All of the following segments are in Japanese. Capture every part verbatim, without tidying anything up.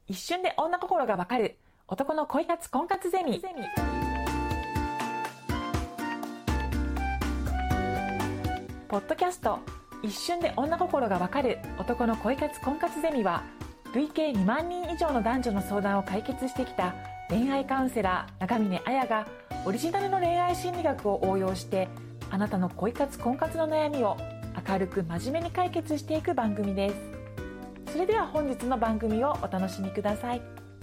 一瞬で女心がわかる男の恋活婚活ゼミ。ポッドキャスト一瞬で女心がわかる男の恋活婚活ゼミは、累計にまんにん以上の男女の相談を解決してきた恋愛カウンセラー長峰彩がオリジナルの恋愛心理学を応用して、あなたの恋活婚活の悩みを明るく真面目に解決していく番組です。それでは本日の番組をお楽しみください。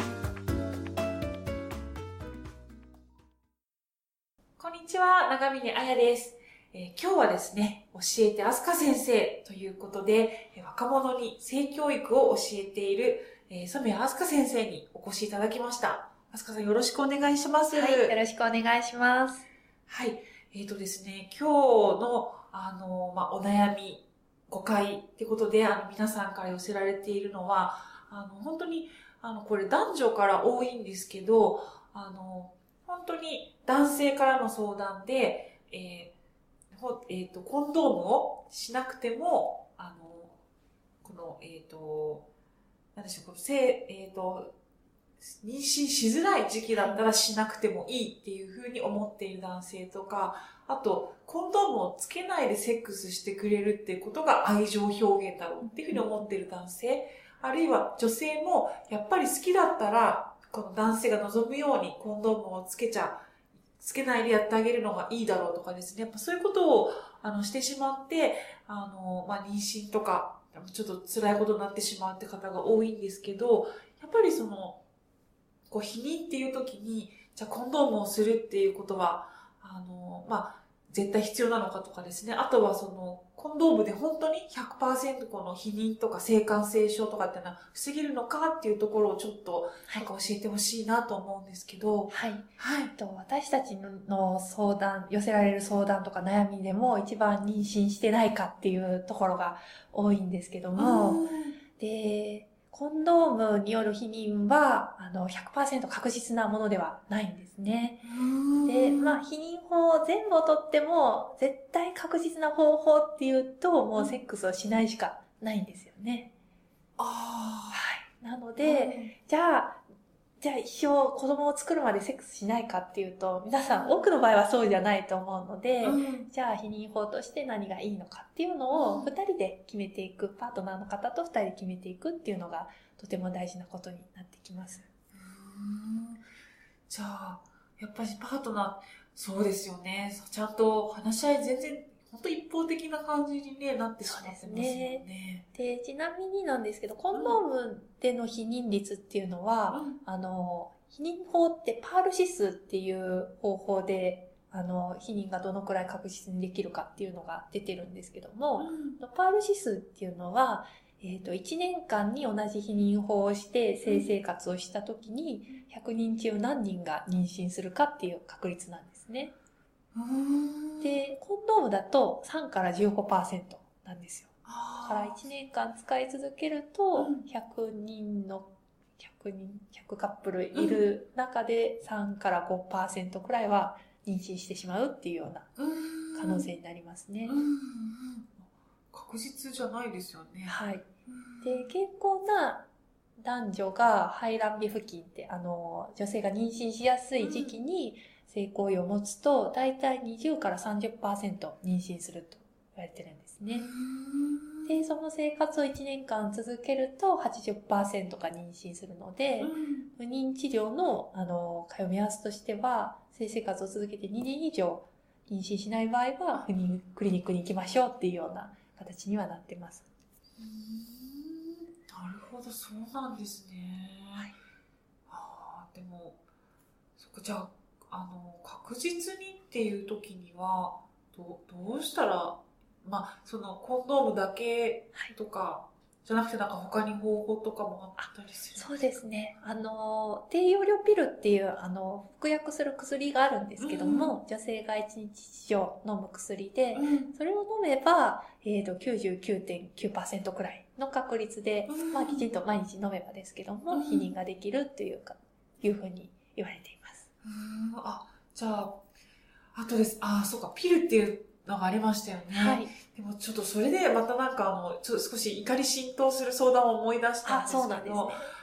こんにちは、長峰彩です。えー、今日はですね、教えてあすか先生ということで、若者に性教育を教えている、えー、染谷あすか先生にお越しいただきました。あすかさん、よろしくお願いします。 はい、よろしくお願いします。 はい、えーとですね、今日のあの、まあ、お悩み、誤解ってことで、あの、皆さんから寄せられているのは、あの、本当に、あの、これ男女から多いんですけど、あの、本当に男性からの相談で、えー、ほえーと、コンドームをしなくても、あの、この、えーと、なんでしょう、この性、えーと、妊娠しづらい時期だったらしなくてもいいっていうふうに思っている男性とか、あと、コンドームをつけないでセックスしてくれるっていうことが愛情表現だろうっていうふうに思っている男性、あるいは女性もやっぱり好きだったら、この男性が望むようにコンドームをつけちゃ、つけないでやってあげるのがいいだろうとかですね、やっぱそういうことをあのしてしまって、あの、まあ、妊娠とか、ちょっと辛いことになってしまうって方が多いんですけど、やっぱりその、こう、避妊っていう時に、じゃあコンドームをするっていうことは、あの、まあ、絶対必要なのかとかですね。あとはその、コンドームで本当に ひゃくパーセント この避妊とか性感染症とかっていうのは防げるのかっていうところをちょっと、なんか教えてほしいなと思うんですけど。 はい。 はい。 と私たちの相談、寄せられる相談とか悩みでも一番妊娠してないかっていうところが多いんですけども、で、コンドームによる避妊は、あの、ひゃくパーセント 確実なものではないんですね。で、まあ、避妊法全部をとっても、絶対確実な方法っていうと、もうセックスをしないしかないんですよね。 ああ。 はい。なので、じゃあ、じゃあ一生子供を作るまでセックスしないかっていうと、皆さん多くの場合はそうじゃないと思うので、うん、じゃあ避妊法として何がいいのかっていうのを二人で決めていく、パートナーの方と二人で決めていくっていうのがとても大事なことになってきます。 うーん、じゃあ、やっぱりパートナー、そうですよね。ちゃんと話し合い全然、本当一方的な感じに、ね、なってしまってますよね。 で、ちなみになんですけど、コンドームでの避妊率っていうのは、うん、あの、避妊法ってパール指数っていう方法で、あの、避妊がどのくらい確実にできるかっていうのが出てるんですけども、うん、パール指数っていうのは、えっと、いちねんかんに同じ避妊法をして性生活をしたときに、ひゃくにん中何人が妊娠するかっていう確率なんですね。で、コンドームだとさんからじゅうごパーセントなんですよ。だからいちねんかん使い続けると、ひゃくにんの、ひゃくにん、ひゃくカップルいる中でさんからごパーセントくらいは妊娠してしまうっていうような可能性になりますね。 うんうん、確実じゃないですよね。 はい。で、健康な男女が排卵日付近って、あの、女性が妊娠しやすい時期に性行為を持つと、だいたいにじゅうからさんじゅっパーセント妊娠すると言われてるんですね。で、その生活をいちねんかん続けると はちじゅっパーセント が妊娠するので、不妊治療の、あの、通う目安としては、性生活を続けてにねん以上妊娠しない場合は、不妊クリニックに行きましょうっていうような形にはなってます。 うーん、なるほど、そうなんですね。はい。ああ、でも、そっか、じゃあ、あの、確実にっていう時には、ど、どうしたら、まあ、その、コンドームだけとか、はい、じゃなくてなんか他に方法とかもあったりするんですか？ そうですね。あの、低用量ピルっていう、あの、服薬する薬があるんですけども、うん、女性がいちにち以上飲む薬で、うん、それを飲めば、えっと、きゅうじゅうきゅうてんきゅうパーセント くらいの確率で、うん、まあ、きちんと毎日飲めばですけども、うん、避妊ができるっていうか、いうふうに言われています。 うーん、あ、じゃあ、あとです。あ、そうか、ピルっていうのがありましたよね。はい。でもちょっとそれでまたなんかあの、ちょっと少し怒り浸透する相談を思い出したんですけど、あ、そうなんですね。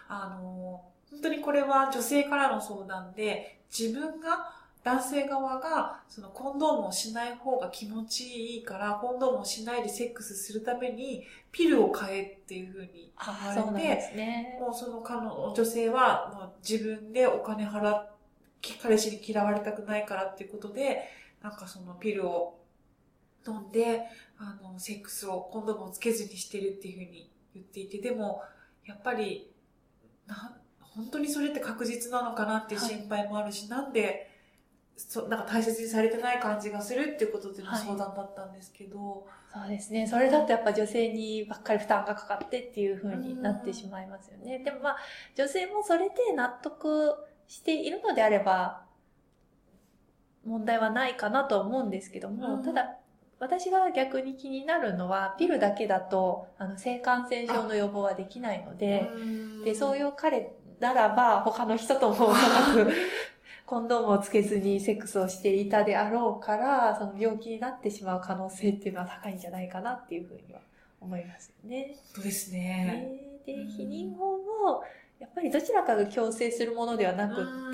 あの、本当にこれは女性からの相談で、自分が、男性側が、そのコンドームをしない方が気持ちいいから、コンドームをしないでセックスするために、ピルを買えっていう風に言われて、 ね、 もうその彼の女性は、もう自分でお金払っ、彼氏に嫌われたくないからっていうことで、なんかそのピルを飲んで、あの、セックスを、コンドームをつけずにしてるっていう風に言っていて、でも、やっぱり、な、本当にそれって確実なのかなっていう心配もあるし、はい、なんで、そなんか大切にされてない感じがするっていうことでの相談だったんですけど、 はい、そうですね。それだとやっぱ女性にばっかり負担がかかってっていう風になってしまいますよね。でもまあ、女性もそれで納得しているのであれば、問題はないかなと思うんですけども、ただ、私が逆に気になるのは、ピルだけだと、あの、性感染症の予防はできないので、で、そういう彼ならば、他の人ともうまく、コンドームをつけずにセックスをしていたであろうから、その病気になってしまう可能性っていうのは高いんじゃないかなっていうふうには思いますよね。 そうですね。 で、で避妊法も、やっぱりどちらかが強制するものではなくって、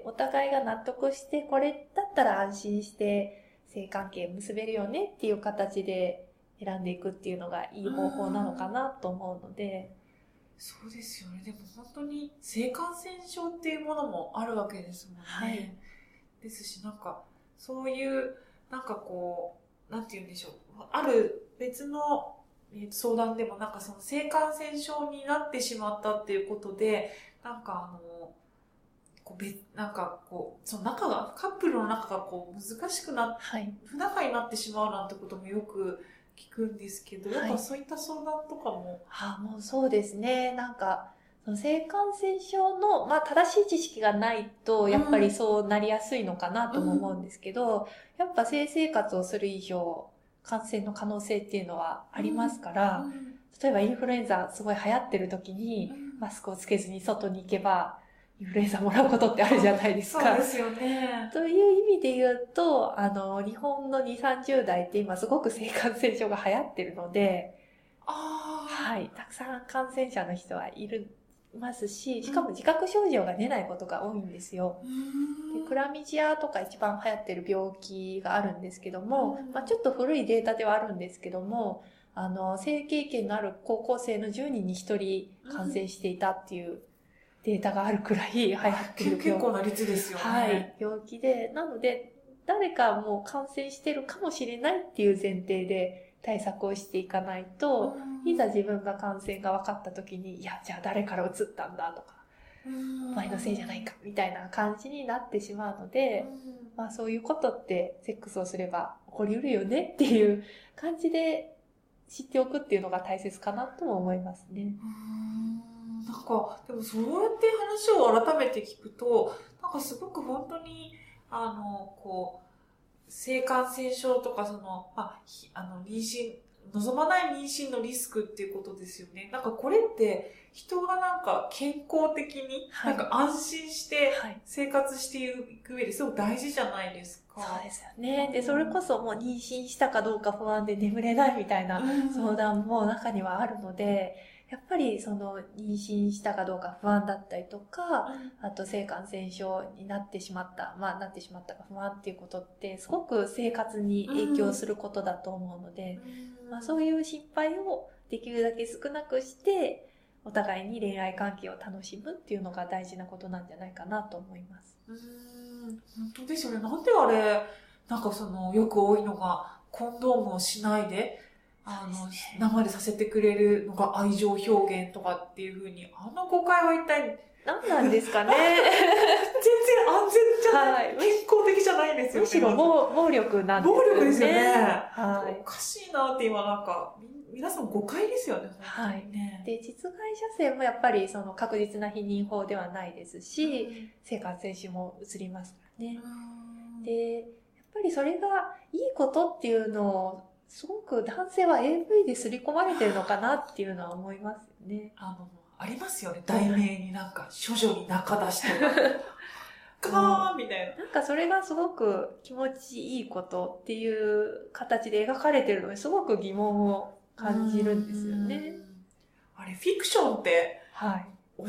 お互いが納得して、これだったら安心して性関係結べるよねっていう形で選んでいくっていうのがいい方法なのかなと思うので、 そうですよね。でも本当に性感染症っていうものもあるわけですもんね。はい、ですし、なんかそういうなんかこうなんて言うんでしょう。ある別の相談でもなんかその性感染症になってしまったっていうことで、なんかあのこう別なんかこうその仲がカップルの仲がこう難しくなっ、はい、不仲になってしまうなんてこともよく聞くんですけど、やっぱそういった相談とかも、 はい、あ、もうそうですね。なんかその性感染症の、まあ、正しい知識がないとやっぱりそうなりやすいのかなとも思うんですけど、うん、やっぱ性生活をする以上感染の可能性っていうのはありますから、うんうん、例えばインフルエンザすごい流行ってる時にマスクをつけずに外に行けばインフルエンザもらうことってあるじゃないですか。 そうですよね。 という意味で言うと、あの、日本のにじゅう、さんじゅう代って今すごく性感染症が流行ってるので、 あはい、たくさん感染者の人はいる、ますし、しかも自覚症状が出ないことが多いんですよ。で、クラミジアとか一番流行ってる病気があるんですけども、まあちょっと古いデータではあるんですけども、あの、性経験のある高校生のじゅうにんにひとり感染していたっていうデータがあるくらい流行ってる病気。 結構な率ですよね。 はい、病気で、なので、誰かもう感染してるかもしれないっていう前提で対策をしていかないと、いざ自分が感染が分かった時に、いや、じゃあ誰から移ったんだとか、お前のせいじゃないかみたいな感じになってしまうので、まあそういうことってセックスをすれば起こりうるよねっていう感じで知っておくっていうのが大切かなとも思いますね。 うん、なんか、でもそうやって話を改めて聞くと、なんかすごく本当に、あの、こう、性感染症とかその、まあ、あの、妊娠、望まない妊娠のリスクっていうことですよね。なんかこれって人がなんか健康的に、なんか安心して生活していく上ですごく大事じゃないですか。 そうですよね。で、それこそもう妊娠したかどうか不安で眠れないみたいな相談も中にはあるので、やっぱりその妊娠したかどうか不安だったりとか、あと性感染症になってしまった、まあなってしまったか不安っていうことってすごく生活に影響することだと思うので、まあそういう心配をできるだけ少なくして、お互いに恋愛関係を楽しむっていうのが大事なことなんじゃないかなと思います。 うーん、本当ですよね。なんであれ、なんかそのよく多いのがコンドームをしないで、あの、ね、生でさせてくれるのが愛情表現とかっていう風に、あの誤解は一体何なんですかね。 全然安全じゃない、はい、健康的じゃないんですよね。 むしろ暴、暴力なんですよね。 暴力ですよね。 はい。 おかしいなって今なんか、皆さん誤解ですよね。 はい。で、実害者性もやっぱりその確実な避妊法ではないですし、うん、性感染症も移りますからね。で、やっぱりそれがいいことっていうのを、すごく男性は エーブイ で刷り込まれてるのかなっていうのは思いますよね。 あの、ありますよね。題名になんか、処女に仲出しとか。ガーみたいな。 なんかそれがすごく気持ちいいことっていう形で描かれてるのにすごく疑問を感じるんですよね。 あれ、フィクションって、 はい。 おし、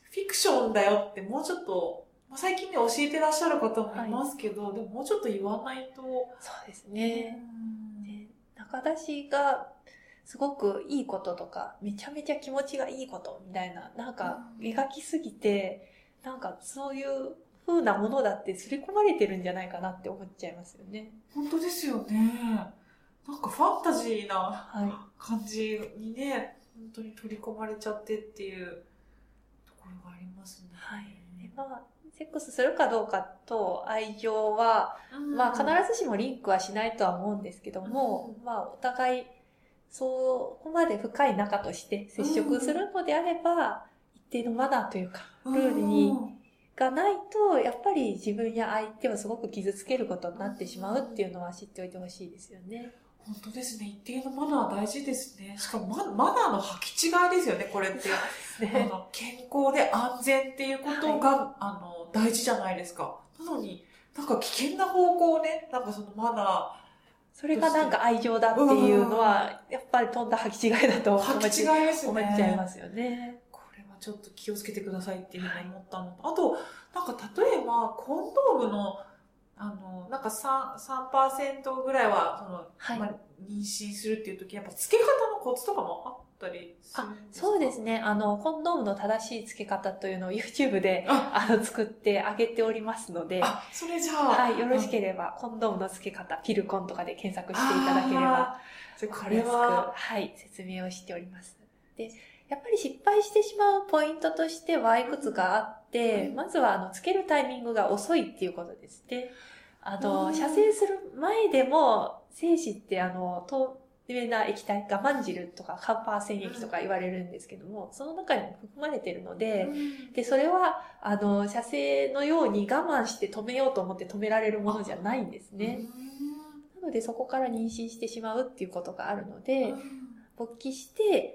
フィクションだよってもうちょっと、まあ、最近ね、教えてらっしゃる方もいますけど、はい、でももうちょっと言わないと。 そうですね。ね、中出しがすごくいいこととか、めちゃめちゃ気持ちがいいことみたいな、なんか描きすぎて、なんかそういう風なものだって刷り込まれてるんじゃないかなって思っちゃいますよね。 本当ですよね。なんかファンタジーな感じにね、はい、本当に取り込まれちゃってっていうところがありますね。 はい。で、まあ、セックスするかどうかと愛情は、うん、まあ必ずしもリンクはしないとは思うんですけども、うん、まあお互いそこまで深い仲として接触するのであれば、一定のマナーというか、ルールに、がないと、やっぱり自分や相手をすごく傷つけることになってしまうっていうのは知っておいてほしいですよね。 本当ですね。一定のマナー大事ですね。しかも マ, マナーの履き違いですよね、これって。そうですね。あの健康で安全っていうことが、はい、あの大事じゃないですか。なのに、なんか危険な方向をね、なんかそのマナー、 それがなんか愛情だっていうのは、やっぱりとんだ履き違いだと思っちゃいますよね。 これはちょっと気をつけてくださいっていうふうに思ったのと、はい、あと、なんか例えば、コンドームの、あの、なんか さん、さんパーセントぐらいは、その、はい、まあ、妊娠するっていう時、やっぱ付け方のコツとかもあったりするんですか？ あ、そうですね。あの、コンドームの正しい付け方というのを YouTube で、あの、作ってあげておりますので。 あ、それじゃあ。 はい、よろしければ、コンドームの付け方、ピルコンとかで検索していただければ、 これは、 はい、説明をしております。で、やっぱり失敗してしまうポイントとしてはいくつかあって、うん、まずは、あの、付けるタイミングが遅いっていうことですね。あの、射精する前でも、精子ってあの、透明な液体、我慢汁とか、カンパー腺液とか言われるんですけども、その中にも含まれているので、で、それは、あの、射精のように我慢して止めようと思って止められるものじゃないんですね。なので、そこから妊娠してしまうっていうことがあるので、勃起して、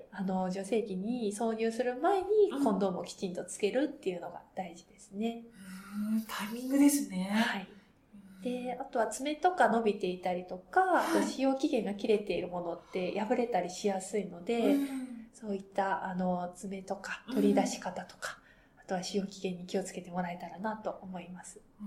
あの、女性器に挿入する前に、コンドームをきちんとつけるっていうのが大事ですね。 うん、タイミングですね。 はい。で、あとは爪とか伸びていたりとか、あと使用期限が切れているものって破れたりしやすいので、うん、そういったあの爪とか取り出し方とか、うん、あとは使用期限に気をつけてもらえたらなと思います。 うん、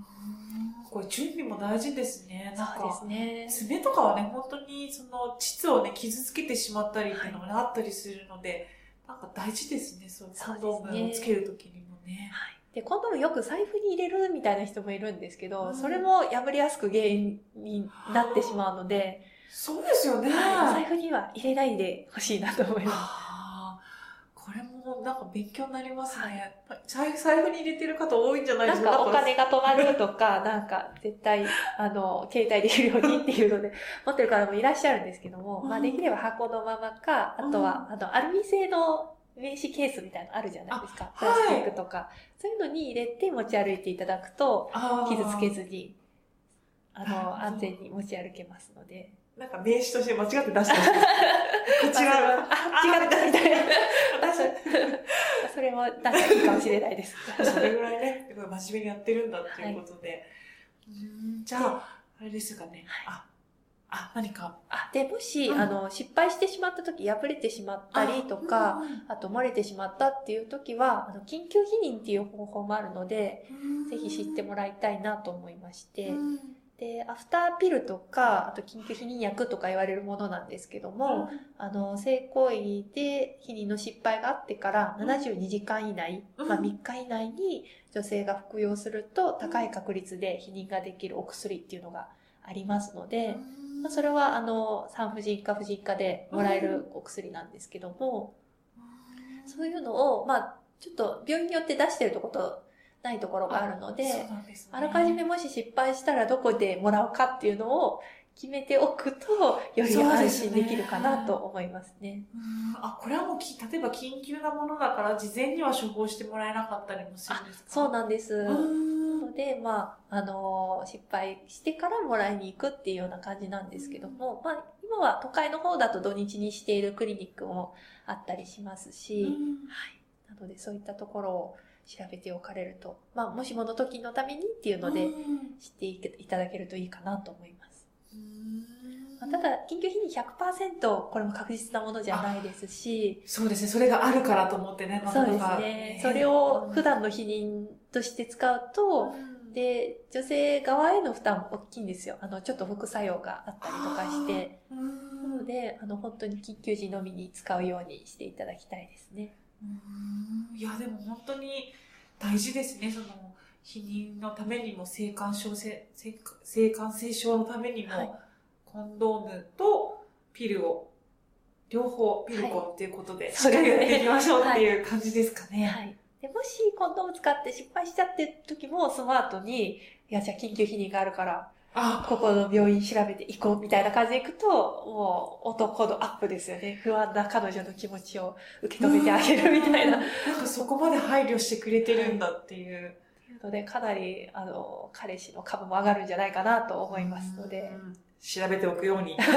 これ準備も大事ですね。なんかそうですね。 爪とかはね、本当にその膣をね、傷つけてしまったりっていうのが、ね、はい、あったりするので、なんか大事ですね。そういうコンドームをつけるときにもね。 はい。で、コンドームよく財布に入れるみたいな人もいるんですけど、うん、それも破れやすく原因になってしまうので、 そうですよね。 はい、財布には入れないでほしいなと思います。 これもなんか勉強になりますね。はい、財布、財布に入れてる方多いんじゃないですか。 なんかお金が止まるとか、なんか絶対、あの、携帯できるようにっていうので、持ってる方もいらっしゃるんですけども、うん、まあできれば箱のままか、あとは、うん、あの、アルミ製の名刺ケースみたいなのあるじゃないですか。プラスチックとか、はい。そういうのに入れて持ち歩いていただくと、傷つけずに、あの、安全に持ち歩けますので。 なんか名刺として間違って出してます。こちらは、 あ、違ったみたいな。それもなんかいいかもしれないです。 それぐらいね、真面目にやってるんだっていうことで。はい、うんじゃあ、あれですかね。はい、ああ、何か。 あ、で、もし、うん、あの、失敗してしまった時、破れてしまったりとか、あ,、うんうん、あと漏れてしまったっていう時は、あの、緊急避妊っていう方法もあるので、ぜひ知ってもらいたいなと思いまして、で、アフターピルとか、あと緊急避妊薬とか言われるものなんですけども、うん、あの、性行為で避妊の失敗があってからななじゅうにじかん以内、うん、まあみっか以内に女性が服用すると高い確率で避妊ができるお薬っていうのがありますので、うんまあ、それはあの、産婦人科婦人科でもらえるお薬なんですけども、そういうのを、まあちょっと病院によって出してるとことないところがあるの で, あ, で、ね、あらかじめもし失敗したらどこでもらうかっていうのを決めておくとより安心できるかなと思いますね。 うんあこれはもうき例えば緊急なものだから事前には処方してもらえなかったりもするんですか？ そうなんです。なので、まあ、あのー、失敗してからもらいに行くっていうような感じなんですけども、まあ、今は都会の方だと土日にしているクリニックもあったりしますし、はい。なのでそういったところを調べておかれると、まあ、もしもの時のためにっていうので知っていただけるといいかなと思います。 うーんただ、緊急避妊 ひゃくパーセント これも確実なものじゃないですし。 そうですね。それがあるからと思ってね、 そうですね。それを普段の避妊として使うと、うん、で、女性側への負担も大きいんですよ。あの、ちょっと副作用があったりとかして。なので、あの、本当に緊急時のみに使うようにしていただきたいですね。 うん。いや、でも本当に大事ですね。その、避妊のためにも、性感症性、性感染症のためにも、はい、コンドームとピルを、両方ピルコンっていうことで、しっかりやっていきましょうっていう感じですかね。 はい。はい、でもし、コンドーム使って失敗しちゃってる時も、スマートに、いや、じゃあ緊急避妊があるから、あここの病院調べていこうみたいな感じでいくと、もう男のアップですよね。不安な彼女の気持ちを受け止めてあげるみたいな。 なんかそこまで配慮してくれてるんだっていう。 っていうので、かなり、あの、彼氏の株も上がるんじゃないかなと思いますので。 調べておくように。なる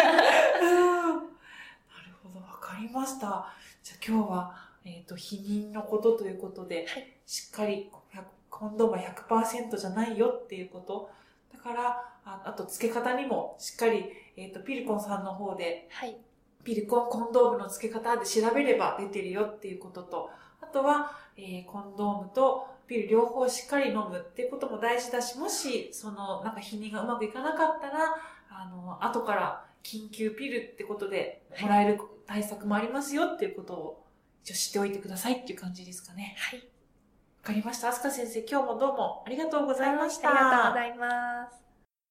ほど、わかりました。じゃあ今日は、えっと、避妊のことということで、はい、しっかりコンドームは ひゃくパーセント じゃないよっていうこと。だから、あ, あと付け方にもしっかり、えっと、ピルコンさんの方で、はい、ピルコンコンドームの付け方で調べれば出てるよっていうことと、あとは、えー、コンドームとピル両方しっかり飲むっていうことも大事だし、もし、その、なんか避妊がうまくいかなかったら、あの、後から緊急ピルってことでもらえる対策もありますよっていうことを一応知っておいてくださいっていう感じですかね。 はい。 わかりました。飛鳥先生、今日もどうもありがとうございました。 ありがとうございます。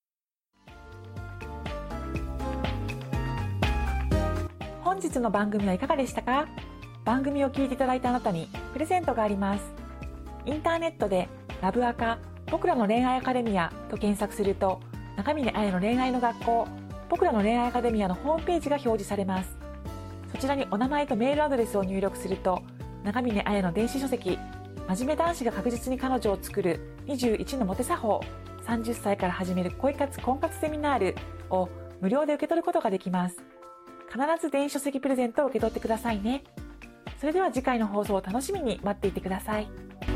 本日の番組はいかがでしたか？番組を聞いていただいたあなたにプレゼントがあります。インターネットでラブアカ、僕らの恋愛アカデミアと検索すると、中峰彩の恋愛の学校、僕らの恋愛アカデミアのホームページが表示されます。そちらにお名前とメールアドレスを入力すると、中峰彩の電子書籍、真面目男子が確実に彼女を作るにじゅういちのモテ作法、さんじゅっさいから始める恋活婚活セミナールを無料で受け取ることができます。必ず電子書籍プレゼントを受け取ってくださいね。それでは次回の放送を楽しみに待っていてください。